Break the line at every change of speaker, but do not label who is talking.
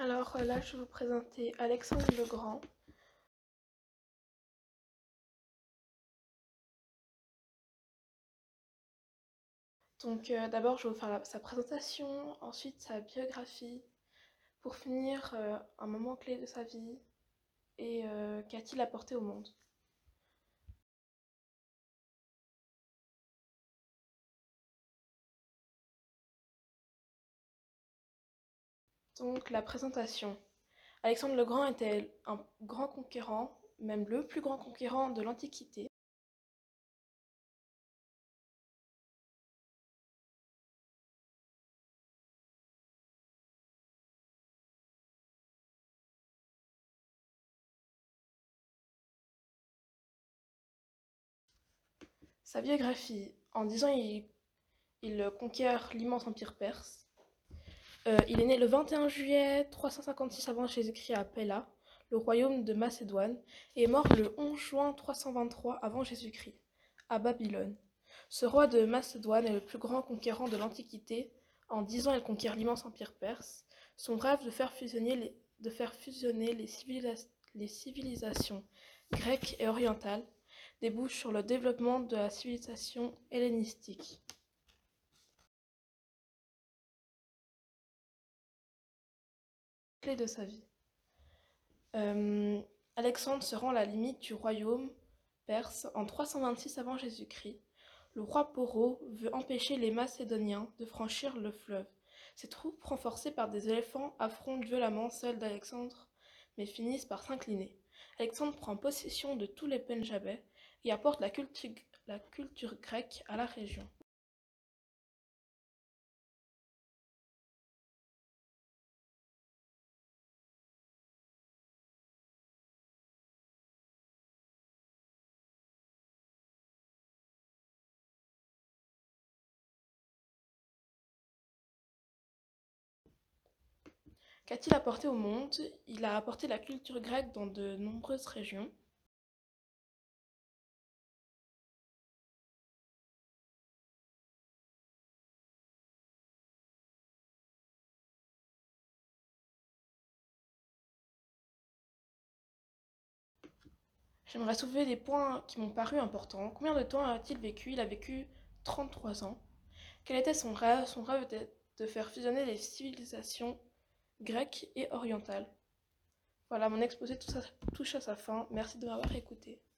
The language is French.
Alors là, je vais vous présenter Alexandre le Grand. Donc d'abord, je vais vous faire sa présentation, ensuite sa biographie, pour finir un moment clé de sa vie et qu'a-t-il apporté au monde. Donc la présentation. Alexandre le Grand était un grand conquérant, même le plus grand conquérant de l'Antiquité. Sa biographie. En 10 ans, il conquiert l'immense empire perse. Il est né le 21 juillet 356 avant Jésus-Christ à Pella, le royaume de Macédoine, et est mort le 11 juin 323 avant Jésus-Christ, à Babylone. Ce roi de Macédoine est le plus grand conquérant de l'Antiquité. En 10 ans, il conquiert l'immense empire perse. Son rêve de faire fusionner les civilisations grecques et orientales débouche sur le développement de la civilisation hellénistique. Clé de sa vie. Euh, Alexandre se rend à la limite du royaume perse en 326 avant Jésus-Christ. Le roi Poro veut empêcher les Macédoniens de franchir le fleuve. Ses troupes, renforcées par des éléphants, affrontent violemment celles d'Alexandre, mais finissent par s'incliner. Alexandre prend possession de tous les Pendjabais et apporte la culture grecque à la région. Qu'a-t-il apporté au monde? Il a apporté la culture grecque dans de nombreuses régions. J'aimerais soulever des points qui m'ont paru importants. Combien de temps a-t-il vécu? Il a vécu 33 ans. Quel était son rêve? Son rêve était de faire fusionner les civilisations grecques et orientales. Voilà, mon exposé touche à sa fin. Merci de m'avoir écouté.